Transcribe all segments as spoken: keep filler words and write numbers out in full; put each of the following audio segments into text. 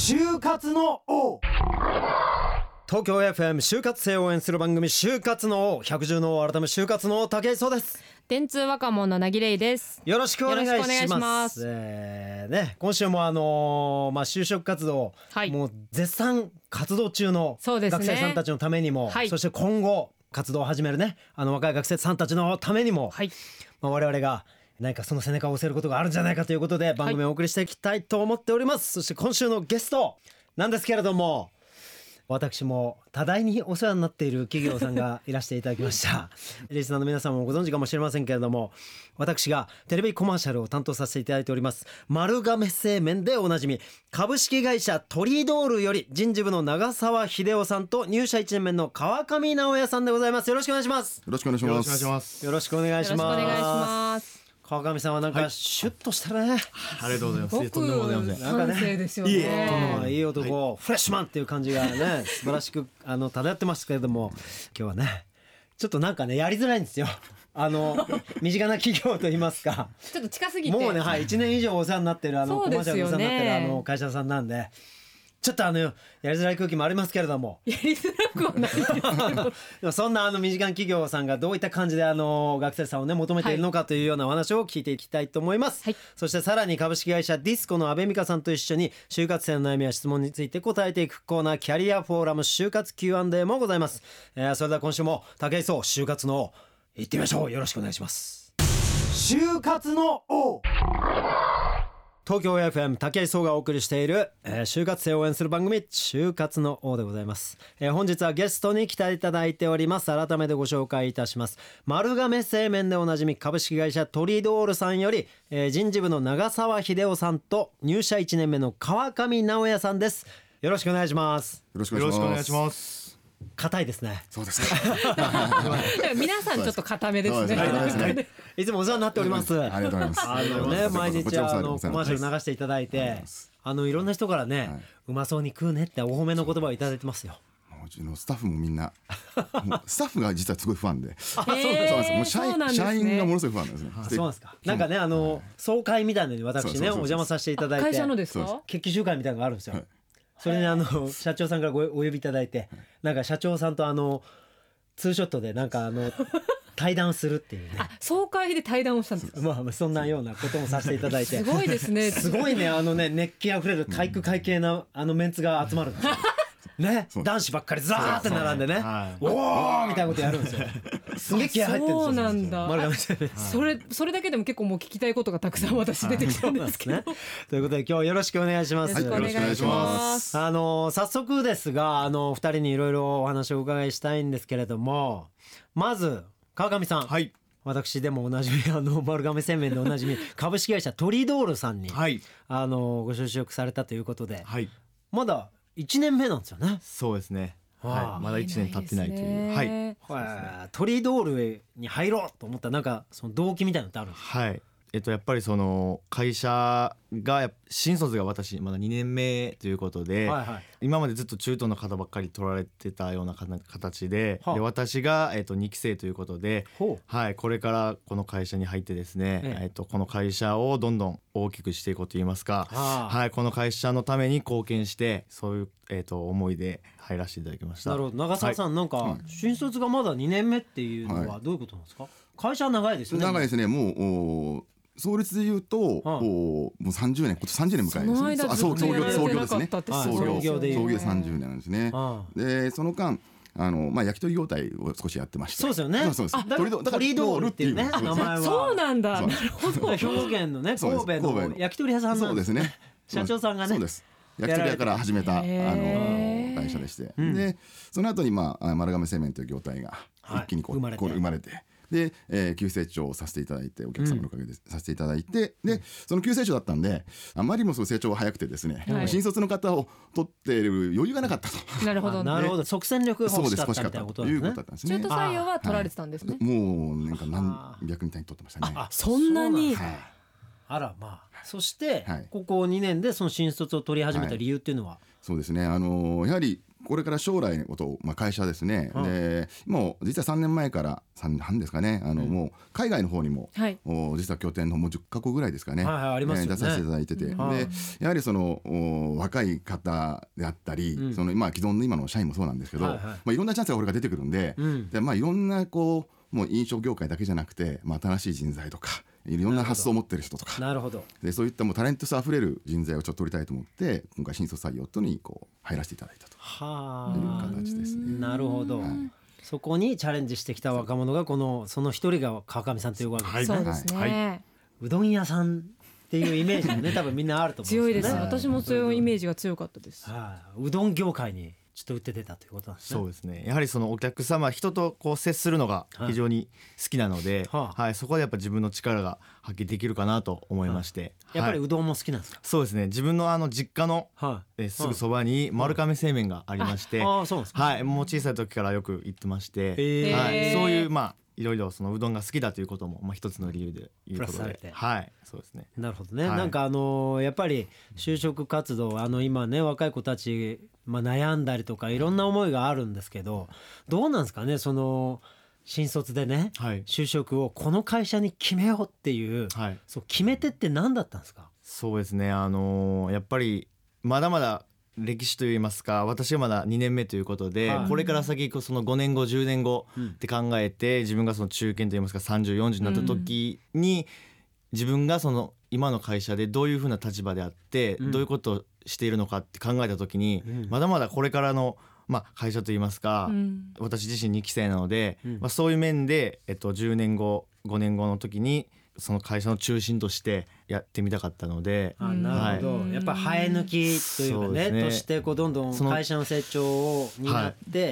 就活の王、東京 エフエム 就活生を応援する番組就活の王、百獣の王改め就活の王、武井壮です。 電通若者のなぎれいです。 よろしくお願いします。 よろしくお願いします。 えーね、今週もあのーまあ、就職活動、はい、もう絶賛活動中の学生さんたちのためにも、 そ, ね、はい、そして今後活動を始めるね、あの若い学生さんたちのためにも、はい、まあ、我々が何かその背中を押せることがあるんじゃないかということで番組をお送りしていきたいと思っております、はい、そして今週のゲストなんですけれども、私も多大にお世話になっている企業さんがいらしていただきましたリスナーの皆さんもご存知かもしれませんけれども、私がテレビコマーシャルを担当させていただいております丸亀製麺でおなじみ株式会社トリドールより人事部の長澤秀夫さんと入社いちねんめの川上直也さんでございます。よろしくお願いします。 よろしくお願いします。 よろしくお願いします。 よろしくお願いします。 川上さんはなんかシュッとしたね、はい、 ありがとうございます。とんでもございません。 なんかね、ですよね、 いい、いい男、はい、フレッシュマンっていう感じがね素晴らしくあの漂ってますけれども、今日はねちょっとなんかねやりづらいんですよ。あの身近な企業といいますか、 ちょっと近すぎてもうね、はい、いちねん以上お世話になってるあのコマーシャルお世話になってるあの会社さんなんで、ちょっとあのやりづらい空気もありますけれども、 やりづらくはないですけどでもそんなあの身近な企業さんがどういった感じであの学生さんをね求めているのかというようなお話を聞いていきたいと思います、はい、そしてさらに株式会社ディスコの阿部美香さんと一緒に就活生の悩みや質問について答えていくコーナー、キャリアフォーラム就活 キューアンドエー もございます、えー、それでは今週も武井壮就活の王行ってみましょう。よろしくお願いします。就活の王、東京 エフエム 武井壮がお送りしている、えー、就活生を応援する番組就活の王でございます、えー、本日はゲストに来ていただいております。改めてご紹介いたします。丸亀製麺でおなじみ株式会社トリドールさんより、えー、人事部の長澤秀夫さんと入社いちねんめの川上直也さんです。よろしくお願いします。 よろしくお願いします。 硬いですね。 そうですね皆さんちょっと硬めですね。 いつもお世話になっております。 ありがとうございます。 あのね、毎日あのコマーシャル流していただいて、あのいろんな人からね、はい、うまそうに食うねってお褒めの言葉をいただいてますよ。 うちのスタッフもみんなもうスタッフが実はすごいファンで、 あ、そうです。 もう社員、社員がものすごいファンなんですね。 そうなんですか。なんかね、あの総会みたいなのに私ねお邪魔させていただいて、 会社のですか？ 決起集会みたいなのがあるんですよ。はい、それにあの社長さんからごお呼びいただいて、なんか社長さんとあのツーショットでなんかあの対談するっていうね。 あ、総会で対談をしたんですか？ まあそんなようなこともさせていただいて、 すごいですね。 すごいね、あのね熱気あふれる体育会系なあのメンツが集まるんですよ。ね、男子ばっかりザーって並んでね、おーみたいなことやるんですよ。すげえ気合入ってるんですよ。 そうなんだ。 丸亀それそれだけでも結構もう聞きたいことがたくさん私出てきたんですけど、 ということで今日よろしくお願いします。 よろしくお願いします。 あの早速ですが、あのふたりにいろいろお話をお伺いしたいんですけれども、まず川上さん、はい、私でもおなじみあの丸亀製麺でおなじみ株式会社トリドールさんに、はい、あのご就職されたということで、はい、まだいちねんめなんですよね。 そうですね、はい、まだいちねん経ってないという、はい、 はい、トリドールに入ろうと思ったなんかその動機みたいなのってあるんですか？ はい、えっとやっぱりその会社が新卒が私まだにねんめということで、はいはい、今までずっと中途の方ばっかり取られてたような形 で, で私が、えっと、にき生ということで、はい、これからこの会社に入ってですね、えええっと、この会社をどんどん大きくしていこうといいますか、はい、この会社のために貢献してそういう、えっと、思いで入らせていただきました。 なるほど。長澤さん、はい、なんか新卒がまだにねんめっていうのはどういうことなんですか？はい、会社は長いですよね。 長いですね。もう創立でいうと、はあ、もうさんじゅうねん、今年さんじゅうねん迎えですね。 あ、 そう創業創業ですね。 創業で創業さんじゅうねんなんですね。はあ、でその間あのまあ焼き鳥業態を少しやってまして。 そうですよね。 そうです。 トリドールっていうね名前は。 そうなんだ。なるほど。 兵庫県のね神戸の焼き鳥屋さんなんですね。そうですね。社長さんがね。 そうです。焼き鳥屋から始めたあの会社でして、うん、でその後にまあ丸亀製麺という業態が一気にこう、はい、生まれて。で、えー、急成長をさせていただいてお客様のおかげでさせていただいて、うん、でその急成長だったんであまりにもその成長が早くてですね、はい、新卒の方を取っている余裕がなかったと。 なるほど、ね、 なるほど。即戦力が欲しかったみたいなことですね。 中途採用は取られてたんですね。 はい、もうなんか何百人単位取ってましたね。 あ、そんなに。 はい、あらまあ。そして、はい、ここにねんでその新卒を取り始めた理由っていうのは、はい、 そうですね、あのー、やはりこれから将来のことを、まあ、会社ですね、 うん、 でもう実はさんねんまえからさんねんはんですかね、あの、うん、もう海外の方にも、はい、実は拠点のもうじゅっかこくぐらいですかね、はいはい、ありますよね、出させていただいてて、うん、でやはりその若い方であったり、うん、そのまあ既存の今の社員もそうなんですけど、はいはい、まあ、いろんなチャンスがこれから出てくるんで、うん、でまあ、いろんなこうもう飲食業界だけじゃなくて、まあ、新しい人材とかいろんな発想を持ってる人とか、 なるほど、 でそういったもうタレントさあふれる人材をちょっと取りたいと思って今回新卒採用とにこう入らせていただいたという形ですね。 なるほど、はい、そこにチャレンジしてきた若者がこのその一人が川上さんというわけです、 はい、そうですね、はい、 うどん屋さんっていうイメージがね多分みんなあると思うんですよね。 強いです、私もそういうイメージが強かったです、 はあ、うどん業界にちょっと打って出たということなんですね。 そうですね、やはりそのお客様人とこう接するのが非常に好きなので、はい、はい、そこでやっぱ自分の力が発揮できるかなと思いまして、はい、 やっぱりうどんも好きなんですか？ そうですね、自分のあの実家の、はい、えすぐそばに丸亀製麺がありまして、 はい、あ、そうですか、 はい、もう小さい時からよく行ってまして、はい、そういうまあいろいろそのうどんが好きだということもまあ一つの理由でいうことで、はい、そうですね。 なるほどね、はい、なんかあのー、やっぱり就職活動、あの今ね若い子たち、まあ、悩んだりとかいろんな思いがあるんですけど、どうなんですかね、その新卒でね、はい、就職をこの会社に決めようっていう、はい、そう決め手って何だったんですか？ そうですね、あのー、やっぱりまだまだ歴史といいますか、私はまだにねんめということで、はい、これから先そのごねんごじゅうねんごって考えて、うん、自分がその中堅といいますかさんじゅう、よんじゅうになった時に、うん、自分がその今の会社でどういうふうな立場であって、うん、どういうことをしているのかって考えた時に、うん、まだまだこれからのまあ、会社といいますか、うん、私自身にき生なので、うん、まあ、そういう面で、えっと、じゅうねんごごねんごの時にその会社の中心としてやってみたかったので、 あ、なるほど、はい、やっぱ生え抜きというか ね, ねとしてこうどんどん会社の成長を担って、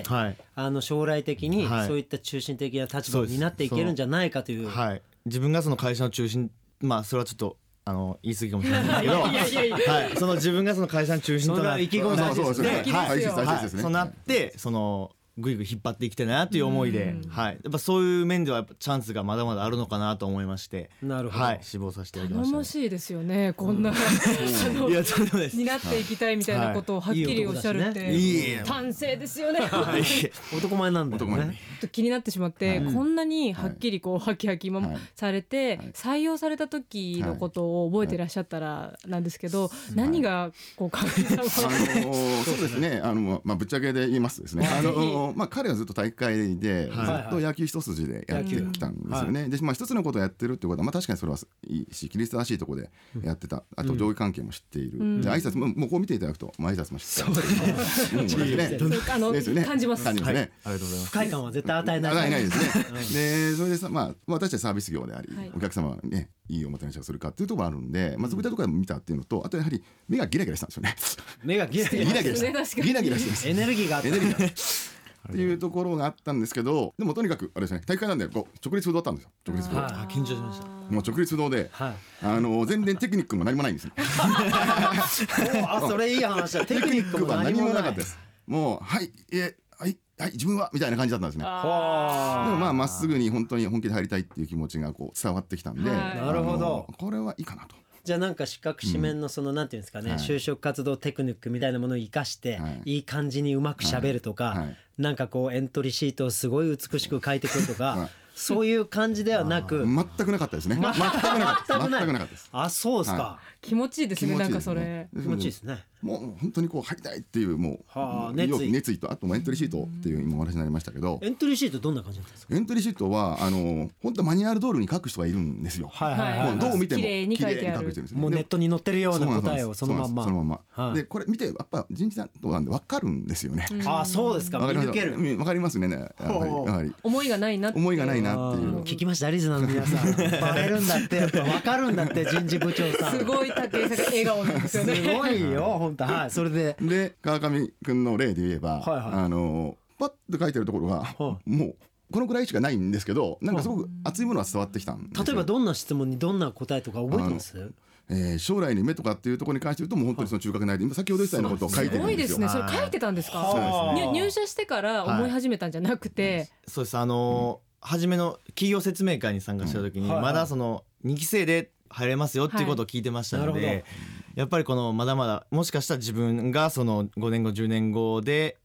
はいはい、あの将来的にそういった中心的な立場を担っていけるんじゃないかという、 はい、自分がその会社の中心、まあそれはちょっとあの言い過ぎかもしれないですけどはい、その自分がその会社の中心となって、そうなってそのぐいぐい引っ張っていきたいなという思いで、はい、やっぱそういう面ではやっぱチャンスがまだまだあるのかなと思いまして、 なるほど、 はい、志望させていただきました、ね、 頼もしいですよね、こんな、うん、いやそうです、担っていきたいみたいなことをはっきりおっしゃるって、はい、いい丹精ですよね男前なんだよね。 気になってしまって、はい、こんなにはっきりこうハキハキ今されて、はい、採用された時のことを覚えていらっしゃったらなんですけど、はい、何がこう川上さんは、 あのー、そうですね、あの、まあ、ぶっちゃけで言いますですね、あのまあ、彼はずっと大会でずっと野球一筋でやってきたんですよね、はい、で、まあ、一つのことをやってるってことは、まあ、確かにそれはいいし規律正しいところでやってた、あと上下関係も知っている、うん、で挨拶ももうこう見ていただくと挨拶も知っている、そうですね、感じます、 感じますね、 はい、ありがとうございます。 不快感は絶対与えない、 与えないですねでそれでさ、まあ、私たちサービス業であり、はい、お客様はねいいおもてなしをするかっていうところがあるんで、まあ、そういったところで見たっていうのと、あとやはり目がギラギラしたんですよね。 目がギラギラしたギラギラしてます。 エネルギーがあったっていうところがあったんですけど、でもとにかくあれですね、大会なんでこう直立不動だったんですよ。直立不動、 あ、緊張しました。 もう直立不動で、はい、あの全然テクニックも何もないんですねあ、それいい話だ。テクニックは何もなかったです。 もうはいえはいはい自分はみたいな感じだったんですね。でもまあまっすぐに本当に本気で入りたいっていう気持ちがこう伝わってきたんで、 なるほど、 これはいいかなと。 じゃあなんか資格紙面のそのなんていうんですかね、うん、就職活動テクニックみたいなものを生かして、はい、いい感じにうまくしゃべるとか、はいはい、なんかこうエントリーシートをすごい美しく書いてくるとか、はい、そういう感じではなく全くなかったですね。全くなかった全くなかったです。 あ、そうですか、 はい、気持ちいいですね。なんかそれ気持ちいいですね。 もう本当にこう入りたいっていうもう、はあ、熱意熱意と、あとエントリーシートっていう今お話になりましたけど、 エントリーシートどんな感じなんですか？ エントリーシートはあの本当マニュアル通りに書く人がいるんですよ。はいはいはい、もうどう見ても綺麗に書いてある。 もうネットに載ってるような答えをそのまんまそのまんま、はい、でこれ見てやっぱ人事担当なんで分かるんですよね。 ああ、そうですか。見抜ける。 分かりますね。やはりやはり思いがないなって思いがないなっていう。 聞きました、リズナーの皆さん。バレるんだって、やっぱ分かるんだって人事部長さん。 すごい武井さんが笑顔なんですよね。 すごいよ本当。はい、それでで川上君の例で言えば、はいはい、あのパッと書いてるところが、はい、もうこのくらいしかないんですけど、なんかすごく熱いものは伝わってきたんですよ。 例えばどんな質問にどんな答えとか覚えてます？ えー、将来の夢とかっていうところに関して言うともう本当にその中学内で今先ほど言ったようなことを書いてるんですよ。 すごいですね。それ書いてたんですか？入, 入社してから思い始めたんじゃなくて、はい、 そうです。あのー、初めの企業説明会に参加した時に、うん、まだそのにき生で入れますよっていうことを聞いてましたので、はい、やっぱりこのまだまだもしかしたら自分がそのごねんごじゅうねんごで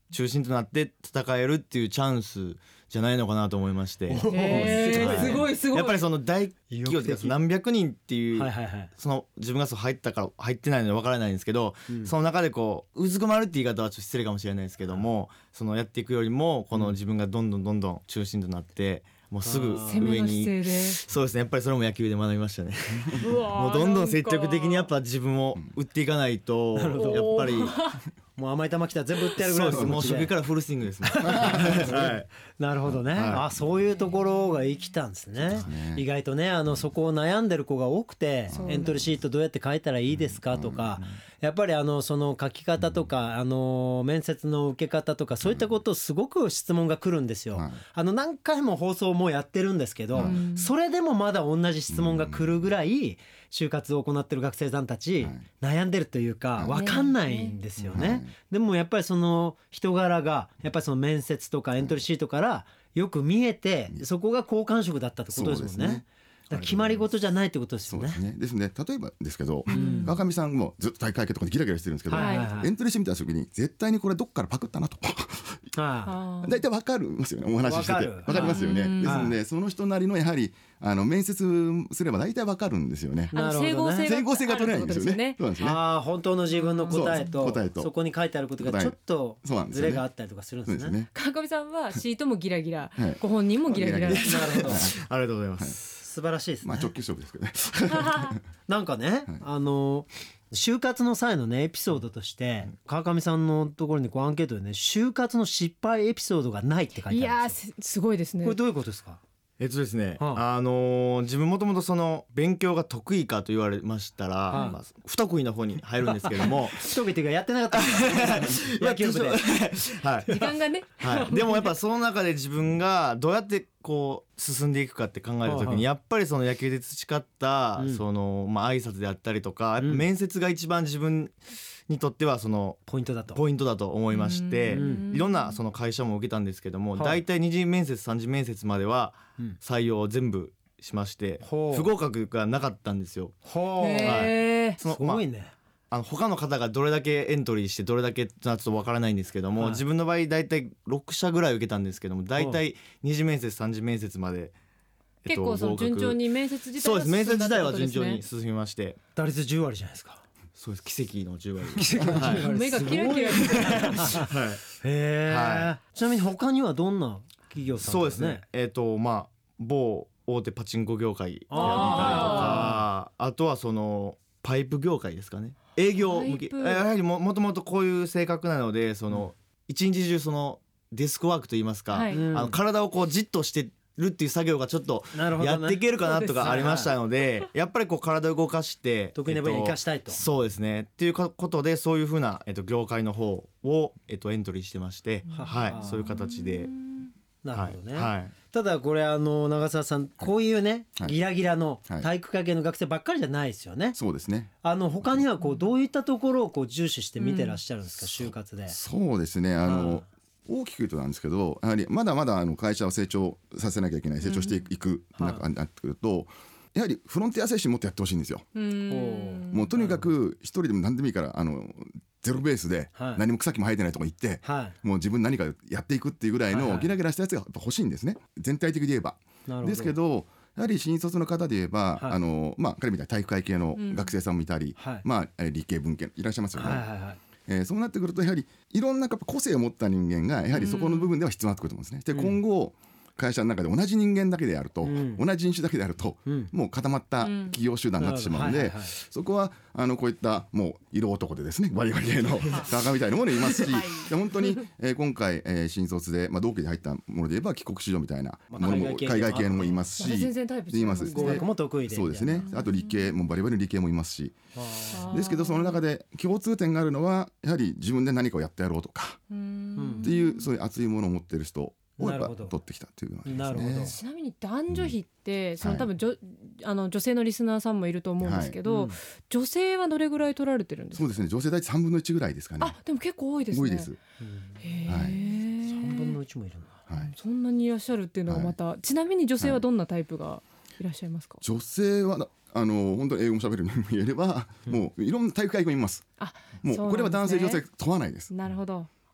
中心となって戦えるっていうチャンスじゃないのかなと思いまして、 えー、すごいすごい。 やっぱりその大企業というか何百人っていう、 はいはいはい、 その自分がそう入ったから入ってないので分からないんですけど、うん、その中でこううずくまるって言い方はちょっと失礼かもしれないですけども、そのやっていくよりもこの自分がどんどんどんどん中心となってもうすぐ上に、そうですね、やっぱりそれも野球で学びましたねもうどんどん積極的にやっぱ自分を打っていかないと、やっぱりもう甘い球来たら全部打ってやるぐらいの気持ちで、 もう初球からフルスイングですねはい、なるほどね、はい、あ、そういうところが生きたんですね、ですね。意外とね、あのそこを悩んでる子が多くて、エントリーシートどうやって書いたらいいですかとか、やっぱりあのその書き方とか、あの面接の受け方とか、そういったことをすごく質問が来るんですよ。あの何回も放送もやってるんですけど、それでもまだ同じ質問が来るぐらい就活を行ってる学生さんたち悩んでるというか分かんないんですよね。でもやっぱりその人柄がやっぱりその面接とかエントリーシートからよく見えて、そこが好感触だったってことですもんね。だから決まり事じゃないってことですよね。 そうですね。ですね。例えばですけど、うん、川上さんもずっと大会系とかでギラギラしてるんですけど、はいはい、エントリーしてみた時に絶対にこれどっからパクったなと大体わかりますよね。お話ししててわかりますよね。ですのでその人なりのやはりあの面接すれば大体わかるんですよね。 なるほどね。 整合性が取れないんですよね。そうなんですね。 ああ、本当の自分の答えと答えとそこに書いてあることがちょっとズレがあったりとかするんですね。 川上さんはシートもギラギラ、はい、ご本人もギラギラです。 なるほど。 ありがとうございます。 はい、素晴らしいですね。 まあ直球勝負ですけどねなんかね、はい、あの就活の際のねエピソードとして川上さんのところにこうアンケートでね、就活の失敗エピソードがないって書いてあるんですよ。 いやー す, すごいですね。 これどういうことですか？ えっとですね、はあ、あのー、自分もともとその勉強が得意かと言われましたら、はあまあ、不得意な方に入るんですけども不得意っていうかやってなかったんです野球部で、はい、 時間がね、 はい、でもやっぱその中で自分がどうやってこう進んでいくかって考えた時に、やっぱりその野球で培ったそのまあ挨拶であったりとか、やっぱ面接が一番自分にとってはそのポイントだとポイントだと思いまして、いろんなその会社も受けたんですけども、だいたい二次面接三次面接までは採用を全部しまして、不合格がなかったんですよ。 へー、 すごいね。 あの他の方がどれだけエントリーしてどれだけちょっとわからないんですけども、はい、自分の場合だいたいろく社ぐらい受けたんですけども、だいたい二次面接三次面接まで、 えっと、結構その順調に面接自体は進んだってことですね。そうです、面接自体は順調に進みまして、 打率じゅう割じゃないですか。 そうです、奇跡のじゅう割奇跡のじゅう割、はい、 目がキラキラしてるはい、 へー、はい、ちなみに他にはどんな企業さんですかね？ そうですね、えーとまあ、某大手パチンコ業界であったりとか、あとはそのパイプ業界ですかね、営業向き、やはり も, もともとこういう性格なので、その、うん、一日中そのデスクワークといいますか、はい、あの体をこうじっとしてるっていう作業がちょっとやっていけるかなとかありましたので、やっぱりこう体を動かして得意な分野を生かしたいと、 えっと、そうですねっていうことで、そういうふうな、えっと、業界の方を、えっと、エントリーしてまして、はい、そういう形で。 なるほどね、 はいはい、 ただこれあの長澤さん、こういうね、はい、ギラギラの体育会系の学生ばっかりじゃないですよね。 そうですね。 あの他にはこうどういったところをこう重視して見てらっしゃるんですか、うん、就活で。 そ, そうですね、あの大きく言うとなんですけど、やはりまだまだあの会社を成長させなきゃいけない、成長していく中になってくると、やはりフロンティア精神もっとやってほしいんですよ。うんもうとにかく一人でも何でもいいから、あのゼロベースで何も草木も生えてないとこ行って、はい、もう自分何かやっていくっていうぐらいのギラギラしたやつがやっぱ欲しいんですね、全体的に言えば。ですけどやはり新卒の方で言えば、はい、あのまあ、彼みたいな体育会系の学生さんもいたり、うん、まあ、理系文系いらっしゃいますよね、はいはいはい、えー、そうなってくるとやはりいろんな個性を持った人間がやはりそこの部分では必要になってくると思うんですね。で今後会社の中で同じ人間だけであると、うん、同じ人種だけであると、うん、もう固まった企業集団になってしまうので、うんはいはいはい、そこはあのこういったもう色男でですね、バリバリ系の高みたいなものもいますし、はい、で本当に、えー、今回、えー、新卒で、まあ、同期で入ったもので言えば帰国子女みたいなものも、まあ、海外系のもいますし、 全然タイプ違いますね。 語学も得意で、 そうですね、あと理系もバリバリ理系もいますし、ですけどその中で共通点があるのはやはり自分で何かをやってやろうとかっていうそういう熱いものを持っている人をやっぱ取ってきたというのはありますね。 ちなみに男女比って、うん、その多分、はい、あの女性のリスナーさんもいると思うんですけど、はい、うん、女性はどれぐらい取られてるんですか？ そうですね、女性大体さんぶんのいちぐらいですかね。 あ、でも結構多いですね。 多いです、 へー、はい、 さんぶんのいちもいるんだ、 はい、そんなにいらっしゃるっていうのがまた、はい、ちなみに女性はどんなタイプがいらっしゃいますか？ 女性はあの本当に英語も喋るのも言えれば、うん、もういろんな体育会系もいます。あ、もうこれは男性女性問わないです。 なるほど。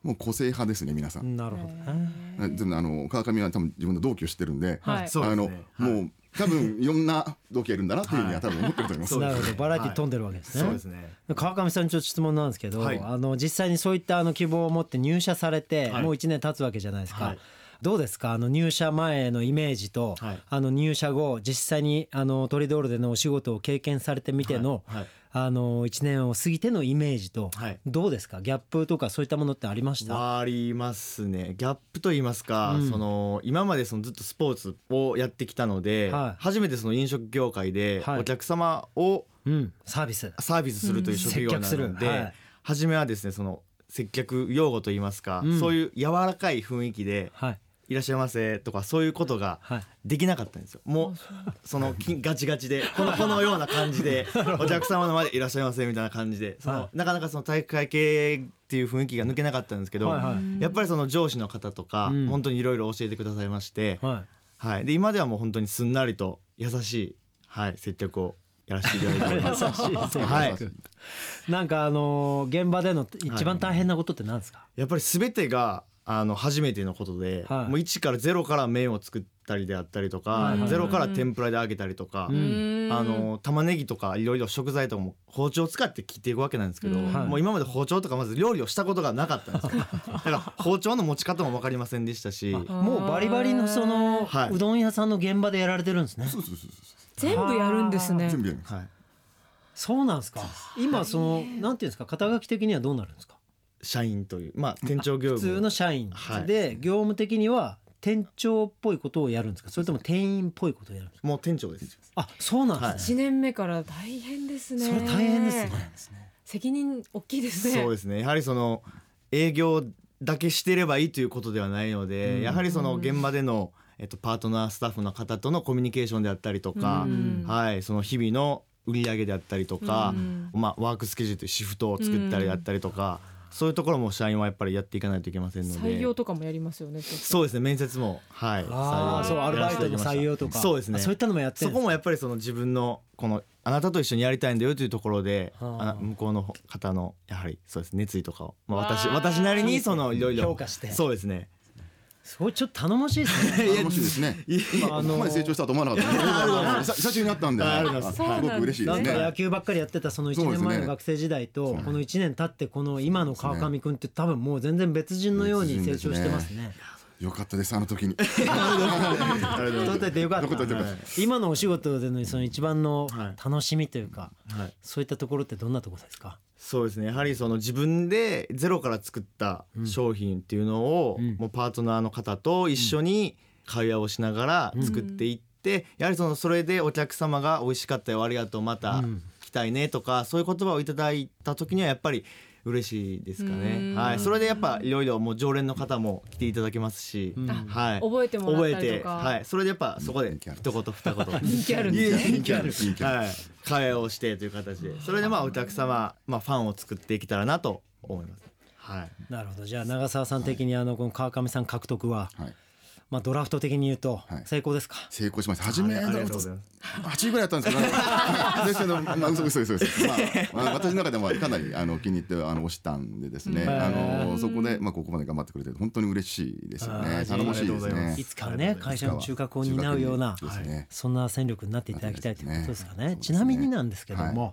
もう個性派ですね皆さん。 なるほどね。 でもあの川上は多分自分の同期を知ってるんで、 はい、 あのもう多分いろんな同期がいるんだなっていうふうには多分思ってると思います。 なるほど、バラエティ飛んでるわけですね。 そうですね。 川上さんにちょっと質問なんですけど、はい、あの実際にそういったあの希望を持って入社されて、はい、もういちねん経つわけじゃないですか。はい、どうですか、あの入社前のイメージと、はい、あの入社後実際にあのトリドールでのお仕事を経験されてみての、はいはい、あのいちねんを過ぎてのイメージと、はい、どうですか、ギャップとかそういったものってありました？ ありますね。ギャップと言いますか、うん、その今までそのずっとスポーツをやってきたので、はい、初めてその飲食業界でお客様を、 うん、サービスサービスするという職業なので、うんはい、初めはですねその接客用語と言いますか、うん、そういう柔らかい雰囲気で、はいいらっしゃいませとかそういうことができなかったんですよ。もうそのガチガチでこのこのような感じでお客様の前でいらっしゃいませみたいな感じでそのなかなかその体育会系っていう雰囲気が抜けなかったんですけど、やっぱりその上司の方とか本当にいろいろ教えてくださいまして、はいで今ではもう本当にすんなりと優しい、はい、接客をやらせていただいております。優しい、はい、 なんかあの現場での一番大変なことって何ですか？ やっぱり全てがあの初めてのことで、はい、もういちからゼロから麺を作ったりであったりとか、はい、ゼロから天ぷらで揚げたりとか、あの玉ねぎとかいろいろ食材とかも包丁を使って切っていくわけなんですけど、もう今まで包丁とかまず料理をしたことがなかったんですよ。だから包丁の持ち方も分かりませんでしたし、 もうバリバリのその、はい、うどん屋さんの現場でやられてるんですね。 そうそうそうそう、 全部やるんですね。 全部やるんです、はい、 そうなんですか。今そのなんていうんですか、肩書き的にはどうなるんですか？ 社員という、まあ、店長業務、 普通の社員で、はい、業務的には店長っぽいことをやるんですか、それとも店員っぽいことをやるんですか？ もう店長です。 あ、そうなんですね、はい、 いちねんめから大変ですね。 それ大変ですね。 責任大きいですね。 そうですね。やはりその営業だけしてればいいということではないので、うん、やはりその現場での、えっと、パートナースタッフの方とのコミュニケーションであったりとか、うん、はい、その日々の売り上げであったりとか、うんまあ、ワークスケジュールというシフトを作ったりだったりとか、うんそういうところも社員はやっぱりやっていかないといけませんので、 採用とかもやりますよね。 そうですね、面接も、はい、 あそうアルバイトの採用とか、 そうですね、 そういったのもやってるんです。 そこもやっぱりその自分のこのあなたと一緒にやりたいんだよというところで、あ向こうの方のやはりそうです熱意とかを、まあ、私私なりにそのいろいろ評価して、 そうですね。 すごいちょっと頼もしいですね。 頼もしいですね。今あのここまで成長したと思わなかった。久しぶりになったんで、すごく嬉しいですね。 なんか野球ばっかりやってたそのいちねんまえの学生時代とこのいちねん経ってこの今の川上くんって多分もう全然別人のように成長してますね。 よかったです、あの時に。 取っててよかった。今のお仕事でのその一番の楽しみというか、そういったところってどんなところですか？ そうですね、やはりその自分でゼロから作った商品っていうのを、うん、もうパートナーの方と一緒に会話をしながら作っていって、うん、やはりそのそれでお客様が美味しかったよ、ありがとう、また来たいねとか、そういう言葉をいただいた時にはやっぱり嬉しいですかね。はい、それでやっぱいろいろもう常連の方も来ていただけますし、はい、 覚えてもらったりとか、 はい、それでやっぱそこで一言二言人気あるんです人気あるはい、会話をしてという形で、それでまあお客様、まあ、ファンを作っていけたらなと思います。はい、 なるほど。じゃあ長澤さん的にあのこの川上さん獲得は、はい、まあ、ドラフト的に言うと成功ですか？はい、 成功しました。初めのはちいぐらいだったんですけど、ですけど、まあ、嘘嘘嘘嘘、まあまあ、私の中でもかなりあの気に入ってあの押したんでですね、あのそこで、まあ、ここまで頑張ってくれて本当に嬉しいですよね。頼もしいですね。 いつかね会社の中核を担うような、ね、そんな戦力になっていただきたいということですかね。ね、ちなみになんですけども、はい、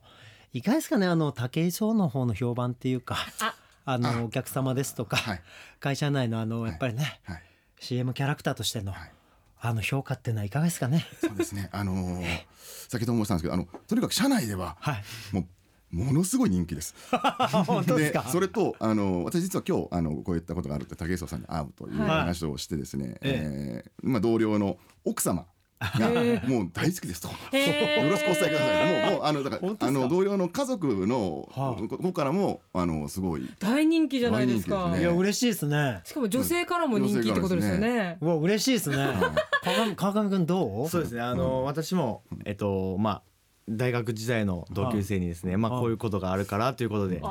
いかがですかね、あの武井壮の方の評判っていうか、ああのお客様ですとか、はい、会社内のあのやっぱりね、はいはい、シーエム キャラクターとしての、はい、あの評価っていうのはいかがですかね。 そうですね、あのー、先ほど申したんですけど、あのとにかく社内では、はい、もうものすごい人気です。 本当ですか？ でそれとあの私実は今日あのこういったことがあるって武井壮さんに会うという話をしてですね、はい、えーまあ、同僚の奥様がもう大好きですと、よろしくお伝えください。もうもうあのだからあの同僚の家族の子からもあのすごい大人気じゃないですか。 ね、いや嬉しいですね。 しかも女性からも人気ってことですよね。 うわ嬉しいですね。川上くんどう？ そうですね、あの、うん、私もえっとまあ大学時代の同級生にですね、まあこういうことがあるからということで、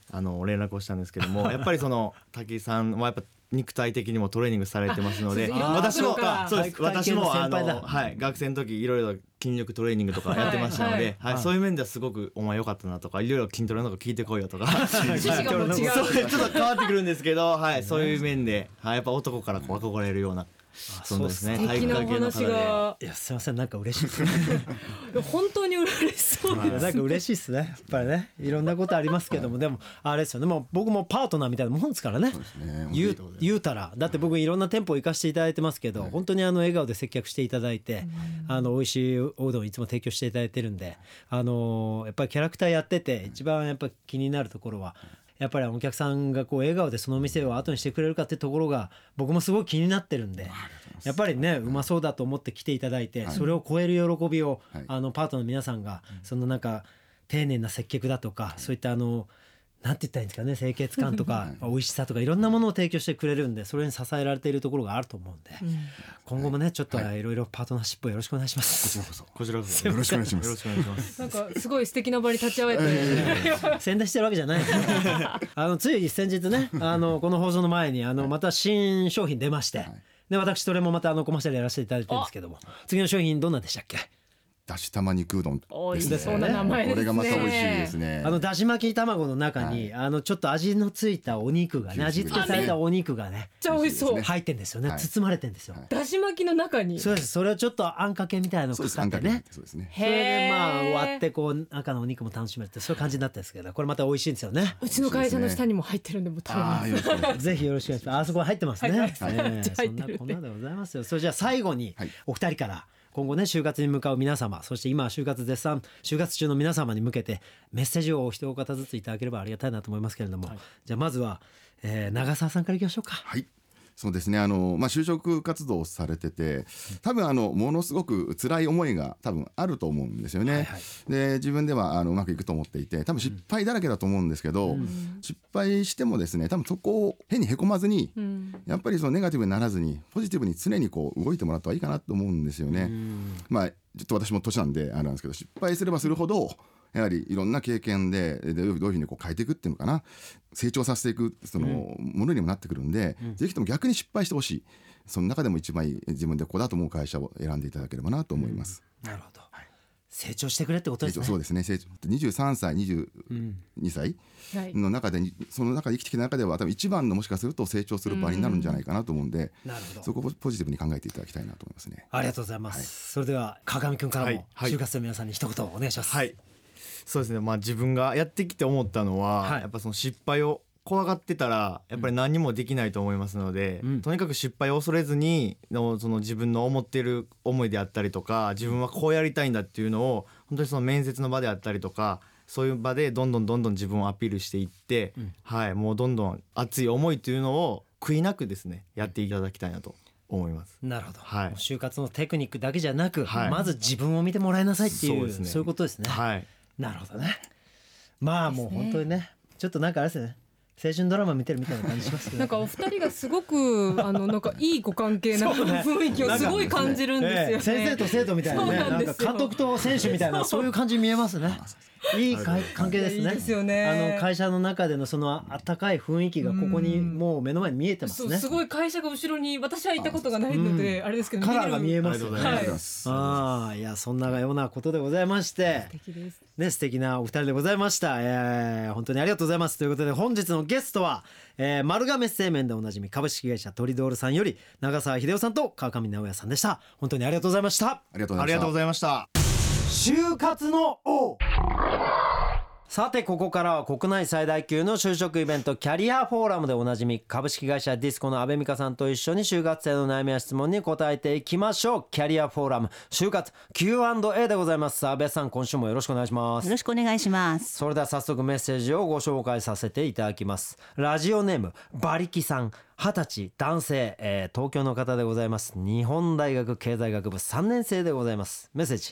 あの連絡をしたんですけどもやっぱりその滝さんはやっぱ肉体的にもトレーニングされてますので、私もそうです私もあの、はい、学生の時いろいろ筋力トレーニングとかやってましたので、はいはいはい、そういう面ではすごくお前良かったなとかいろいろ筋トレのこと聞いてこいよとか趣旨がもう違うそうちょっと変わってくるんですけど、はい、そういう面で、はい、やっぱ男からこう憧れるようなそうですね。 素敵なお話が。 いやすみませんなんか嬉しいですね。 本当に嬉しそうです。 なんか嬉しいですね。やっぱりねいろんなことありますけどもでもあれですよねもう僕もパートナーみたいなもんですからね。 そうですね言う言うたらだって僕いろんな店舗行かせていただいてますけど、はい、本当にあの笑顔で接客していただいて、うん、あの美味しいおうどんいつも提供していただいてるんであのやっぱりキャラクターやってて一番やっぱ気になるところは。やっぱりお客さんがこう笑顔でその店を後にしてくれるかっていうところが僕もすごい気になってるんでやっぱりねうまそうだと思って来ていただいてそれを超える喜びをあのパートナーの皆さんがそのなんか丁寧な接客だとかそういったあのなんて言ったらいいんですかね清潔感とか美味しさとかいろんなものを提供してくれるんでそれに支えられているところがあると思うんで、うん、今後もねちょっといろいろパートナーシップをよろしくお願いします。 こちらこそこちらこそよろしくお願いします。 よろしくお願いします。 なんかすごい素敵な場に立ち会えて宣伝してるわけじゃないあのつい先日ねあのこの放送の前にあのまた新商品出まして、はい、で私それもまたあのコマーシャルやらせていただいてるんですけども次の商品どんなでしたっけ。 だし玉肉うどんですね。 そうな名前ですね。 これがまた美味しいですね。 あのだし巻き卵の中に、はい、あのちょっと味のついたお肉がね味付けされたお肉がねめっちゃ美味しそう入ってんですよね、はい、包まれてんですよ、 はい、だし巻きの中にそうです。それをちょっとあんかけみたいなのをかかってねそうですね。 それでまあ割ってこう中のお肉も楽しめるってそういう感じになったんですけどこれまた美味しいんですよね。 うちの会社の下にも入ってるんでも食べます。 ぜひよろしくお願いします。あそこ入ってますね、はいはいはいえー、そんなこんなでございますよ。それじゃあ最後にお二人から今後ね就活に向かう皆様そして今就活絶賛就活中の皆様に向けてメッセージをお一方ずついただければありがたいなと思いますけれども、はい、じゃあまずは、えー、長澤さんからいきましょうか。 はいそうですねあの、まあ、就職活動をされてて多分あのものすごく辛い思いが多分あると思うんですよね、はいはい、で自分ではあのうまくいくと思っていて多分失敗だらけだと思うんですけど、うん、失敗してもですね多分そこを変にへこまずに、うん、やっぱりそのネガティブにならずにポジティブに常にこう動いてもらった方がいいかなと思うんですよね、うん、まあちょっと私も年なんであれなんですけど失敗すればするほどやはりいろんな経験でどういうふうにこう変えていくっていうのかな成長させていくそのものにもなってくるんで、うん、ぜひとも逆に失敗してほしいその中でも一番いい自分でここだと思う会社を選んでいただければなと思います、 うん、なるほど、はい、成長してくれってことですね。 そうですね成長にじゅうさんさいにじゅうにさいの中で、うんはい、その中で生きてきた中では多分一番のもしかすると成長する場になるんじゃないかなと思うんで、うん、なるほどそこをポジティブに考えていただきたいなと思いますね。 ありがとうございます、はい、それでは川上くんからも就活生の皆さんに一言お願いします。 はい、はいそうですねまあ自分がやってきて思ったのは、はい、やっぱその失敗を怖がってたらやっぱり何にもできないと思いますので、うん、とにかく失敗を恐れずにのその自分の思っている思いであったりとか自分はこうやりたいんだっていうのを本当にその面接の場であったりとかそういう場でどんどんどんどん自分をアピールしていって、うんはい、もうどんどん熱い思いというのを悔いなくですねやっていただきたいなと思います。 なるほど、 はい、 就活のテクニックだけじゃなく、はい、まず自分を見てもらいなさいっていう、そうですね、そういうことですね。 はいなるほどね。まあもう本当にねちょっとなんかあれですね青春ドラマ見てるみたいな感じしますけど、ね、 なんかお二人がすごくあのなんかいいご関係な雰囲気をすごい感じるんですよね。 ね先生と生徒みたいなねなんか監督と選手みたいなそういう感じに見えますね。いい関係ですね。いいですよね。あの会社の中でのその温かい雰囲気がここにもう目の前に見えてますね。 すごい会社が後ろに私は行ったことがないのであれですけどカラーが見えますよね。 はい、 ああいやそんなようなことでございまして素敵です、ね、素敵なお二人でございました、えー、本当にありがとうございますということで本日のゲストは、えー、丸亀製麺でおなじみ株式会社トリドールさんより長澤秀夫さんと川上直也さんでした。本当にありがとうございました。 ありがとうございました。 就活の王。さてここからは国内最大級の就職イベントキャリアフォーラムでおなじみ株式会社ディスコの阿部美香さんと一緒に就活生の悩みや質問に答えていきましょう。キャリアフォーラム就活 キューアンドエー でございます。阿部さん今週もよろしくお願いします。 よろしくお願いします。 それでは早速メッセージをご紹介させていただきます。ラジオネーム馬力さんはたち男性、えー、東京の方でございます。日本大学経済学部さんねん生でございます。メッセージ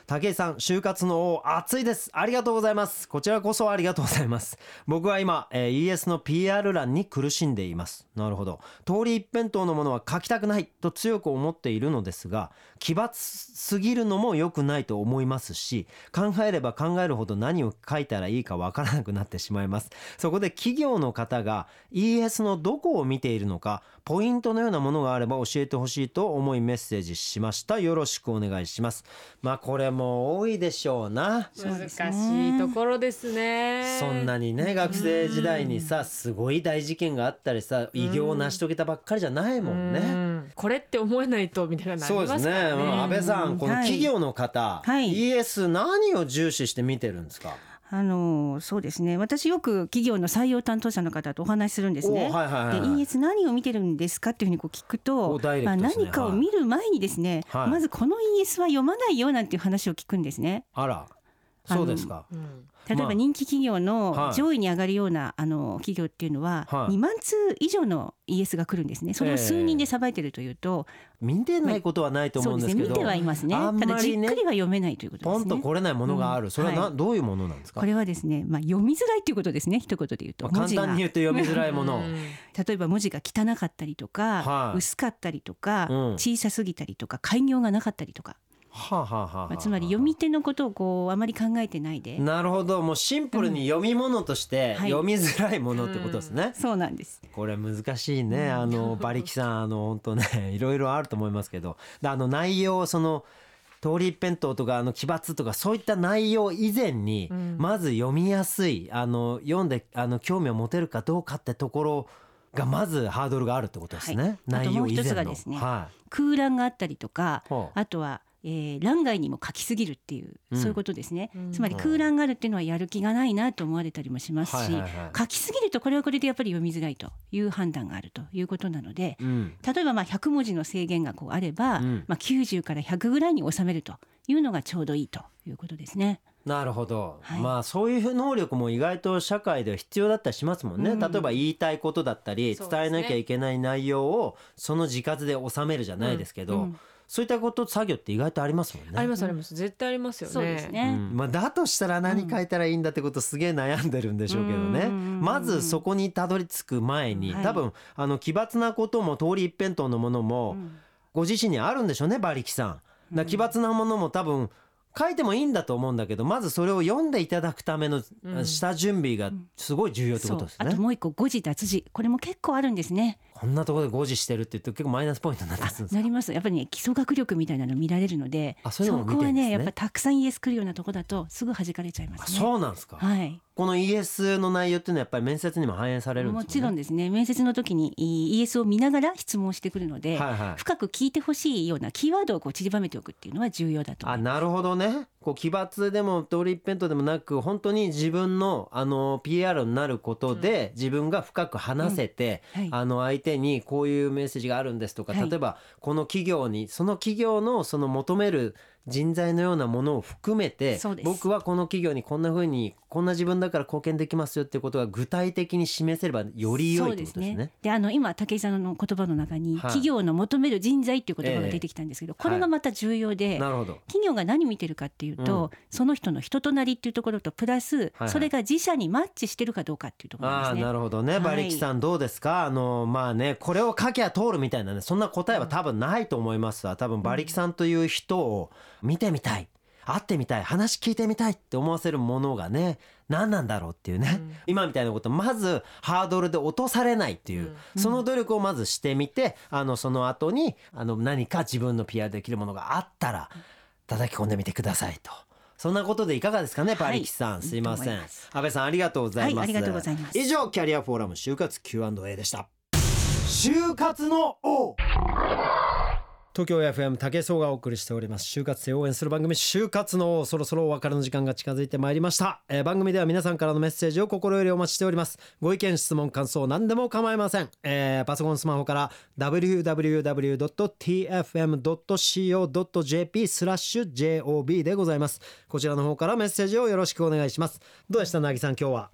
武井さん、就活の王熱いです。ありがとうございます。こちらこそありがとうございます。僕は今、えー、イーエス の ピーアール 欄に苦しんでいます。なるほど。通り一辺倒のものは書きたくないと強く思っているのですが、奇抜すぎるのも良くないと思いますし、考えれば考えるほど何を書いたらいいかわからなくなってしまいます。そこで企業の方が イーエス のどこを見ているのか、ポイントのようなものがあれば教えてほしいと思いメッセージしました。よろしくお願いします。まあこれも多いでしょうな。 難しいところですね。 そんなにね、学生時代にさ、すごい大事件があったりさ、偉業を成し遂げたばっかりじゃないもんね。 うんこれって思えないとみたいなのありますからね。 そうですね。安倍さん、この企業の方、はい、イーエス 何を重視して見てるんですか？ あのそうですね、私よく企業の採用担当者の方とお話しするんですね。はいはいはい、で イーエス 何を見てるんですかっていうふうにこう聞くと、ね、まあ、何かを見る前にですね、はい、まずこの イーエス は読まないよなんていう話を聞くんですね。 あら、そうですか。 例えば人気企業の上位に上がるようなあの企業っていうのはにまん通以上の イーエス が来るんですね。それを数人でさばいてるというと、 えー、見てないことはないと思うんですけど、 そうですね、見てはいますね。ただじっくりは読めないということですね。 ポンと来れないものがある、うん、それはな、はい、どういうものなんですか？ これはですね、まあ、読みづらいということですね。一言で言うと、 まあ、簡単に言うと読みづらいもの例えば文字が汚かったりとか、はい、薄かったりとか、うん、小さすぎたりとか、開業がなかったりとか、はあはあはあはあ、つまり読み手のことをこうあまり考えてないで。 なるほど、もうシンプルに読み物として読みづらいものってことですね、はい、うん、 そうなんです。 これ難しいね。あの馬力さん、あの本当ね、いろいろあると思いますけど、あの内容、その通り一辺倒とかあの奇抜とかそういった内容以前に、うん、まず読みやすい、あの読んであの興味を持てるかどうかってところがまずハードルがあるってことですね、 はい、 内容以前の。あともう一つがですね、はい、空欄があったりとか、あとはえー、欄外にも書きすぎるっていう、うん、そういうことですね、うん、つまり空欄があるっていうのはやる気がないなと思われたりもしますし、はいはいはい、書きすぎるとこれはこれでやっぱり読みづらいという判断があるということなので、うん、例えばまあひゃくもじの制限がこうあれば、うん、まあ、きゅうじゅうからひゃくぐらいに収めるというのがちょうどいいということですね。 なるほど、はい、まあそういう能力も意外と社会では必要だったりしますもんね、うん、例えば言いたいことだったり、伝えなきゃいけない内容をその字数で収めるじゃないですけど、うんうん、そういったこと作業って意外とありますもんね。 ありますあります、絶対ありますよね。 そうですね、 うん、まあ、だとしたら何書いたらいいんだってことすげえ悩んでるんでしょうけどね、うん、まずそこにたどり着く前に、うん、多分あの奇抜なことも通り一辺倒のものも、うん、ご自身にあるんでしょうね、馬力さん。だ奇抜なものも多分書いてもいいんだと思うんだけど、まずそれを読んでいただくための下準備がすごい重要ってことですね、 うん、あともう一個誤字脱字、これも結構あるんですね。 こんなところで誤字してるって言うと結構マイナスポイントになってますんですか？ なります。やっぱりね、基礎学力みたいなの見られるので、 あ、そういうのも見てるんですね。 そこはね、やっぱりたくさん イーエス 来るようなとこだとすぐ弾かれちゃいますね。 あ、そうなんですか。 はい。 この イーエス の内容っていうのはやっぱり面接にも反映されるんですかね？ もちろんですね。面接の時に イーエス を見ながら質問してくるので、はいはい、深く聞いてほしいようなキーワードをこう散りばめておくっていうのは重要だと思います。 あ、なるほどね。こう奇抜でも通り一辺倒でもなく、本当に自分のあの ピーアール になることで、うん、自分が深く話せて、うん、はい、あの相手にこういうメッセージがあるんですとか、例えばこの企業にその企業のその求める人材のようなものを含めて、僕はこの企業にこんな風にこんな自分だから貢献できますよっていうことが具体的に示せればより良いということですね。そうですね。 で、あの今武井さんの言葉の中に、はい、企業の求める人材っていう言葉が出てきたんですけど、えー、これがまた重要で、はい、なるほど。企業が何見てるかっていうと、うん、その人の人となりっていうところとプラス、はいはい、それが自社にマッチしてるかどうかっていうところですね。 あ、なるほどね。馬力さんどうですか？あのまあね、これを書きゃ通るみたいなね、そんな答えは多分ないと思いますわ。多分馬力さんという人を見てみたい、会ってみたい、話聞いてみたいって思わせるものがね、何なんだろうっていうね、うん、今みたいなことまずハードルで落とされないっていう、うん、その努力をまずしてみて、あのその後にあの何か自分の ピーアール できるものがあったら叩き込んでみてくださいと。そんなことでいかがですかね、馬力さん、はい、すいません。安倍さん、ありがとうございます。 はい、ありがとうございます。 以上、キャリアフォーラム就活 キューアンドエー でした。就活の王、東京 エフエム 武井壮がお送りしております就活生応援する番組、就活の王、そろそろお別れの時間が近づいてまいりました、えー、番組では皆さんからのメッセージを心よりお待ちしております。ご意見質問感想何でも構いません、えー、パソコンスマホから ダブリューダブリューダブリュードットティーエフエムドットシーオードットジェーピー スラッシュ ジェーオービー でございます。こちらの方からメッセージをよろしくお願いします。どうでした、なぎさん、今日は。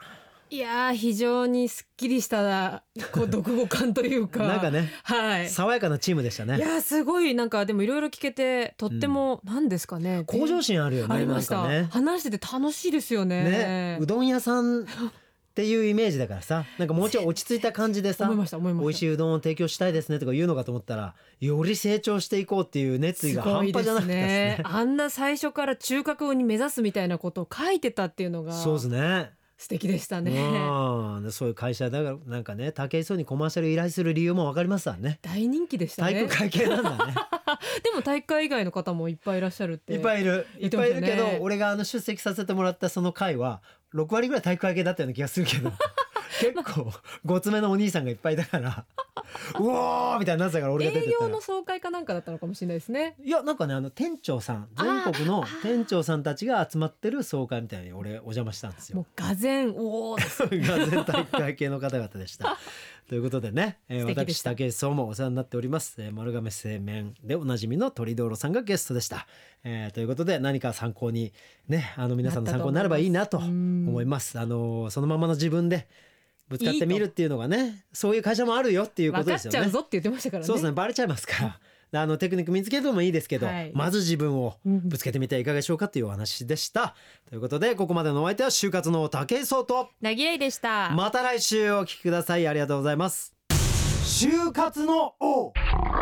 いや非常にすっきりしたこう読後感というかなんかね、 はい、 爽やかなチームでしたね。 いやすごいなんかでもいろいろ聞けてとっても何、うん、ですかね、 向上心あるよね。 ありました、 ね、 話してて楽しいですよ ね, ねうどん屋さんっていうイメージだからさ、なんかもうちょい落ち着いた感じでさ思いました思いました。 美味しいうどんを提供したいですねとか言うのかと思ったら、より成長していこうっていう熱意が半端じゃなかったですね。 すごいですね。あんな最初から中華風に目指すみたいなことを書いてたっていうのがそうですね、 素敵でしたね。 うん、そういう会社だからなんかね、武井壮にコマーシャル依頼する理由も分かりますわね。 大人気でしたね。 体育会系なんだねでも体育会以外の方もいっぱいいらっしゃるっていっぱいいるいっぱいいるけど、俺があの出席させてもらったその会はろくわりぐらい体育会系だったような気がするけど結構ごつめのお兄さんがいっぱいだからうおーみたいになってたから、俺が出てたら営業の総会かなんかだったのかもしれないですね。 いやなんかね、あの店長さん、全国の店長さんたちが集まってる総会みたいに俺お邪魔したんですよ。 もうがぜんおーがぜん体育会系の方々でしたということでね、えー、私武井壮もお世話になっております、えー、丸亀製麺でおなじみの鳥道路さんがゲストでした、えー、ということで何か参考にね、あの皆さんの参考になればいいなと思います。あのー、そのままの自分でぶつかってみるっていうのがね、そういう会社もあるよっていうことですよね。 分かっちゃうぞって言ってましたからね。 そうですね、バレちゃいますからあのテクニック見つけるのもいいですけど、はい、まず自分をぶつけてみてはいかがでしょうかというお話でした、うん、ということでここまでのお相手は就活の武井壮となぎらいでした。 また来週お聞きください。ありがとうございます。就活の王。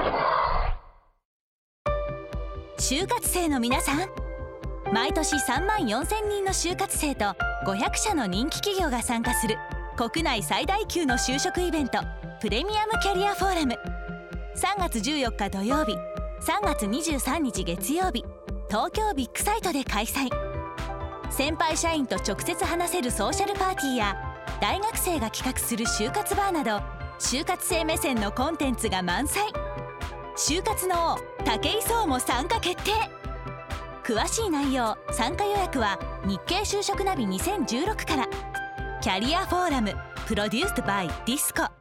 就活生の皆さん、毎年さんまんよんせんにんの就活生とごひゃくしゃの人気企業が参加する国内最大級の就職イベント、プレミアムキャリアフォーラム。さんがつじゅうよっか土曜日、さんがつにじゅうさんにち月曜日、東京ビッグサイトで開催。先輩社員と直接話せるソーシャルパーティーや大学生が企画する就活バーなど、就活生目線のコンテンツが満載。就活の王武井壮も参加決定。詳しい内容、参加予約は日経就職ナビにせんじゅうろくから。キャリアフォーラムプロデュースドバイディスコ。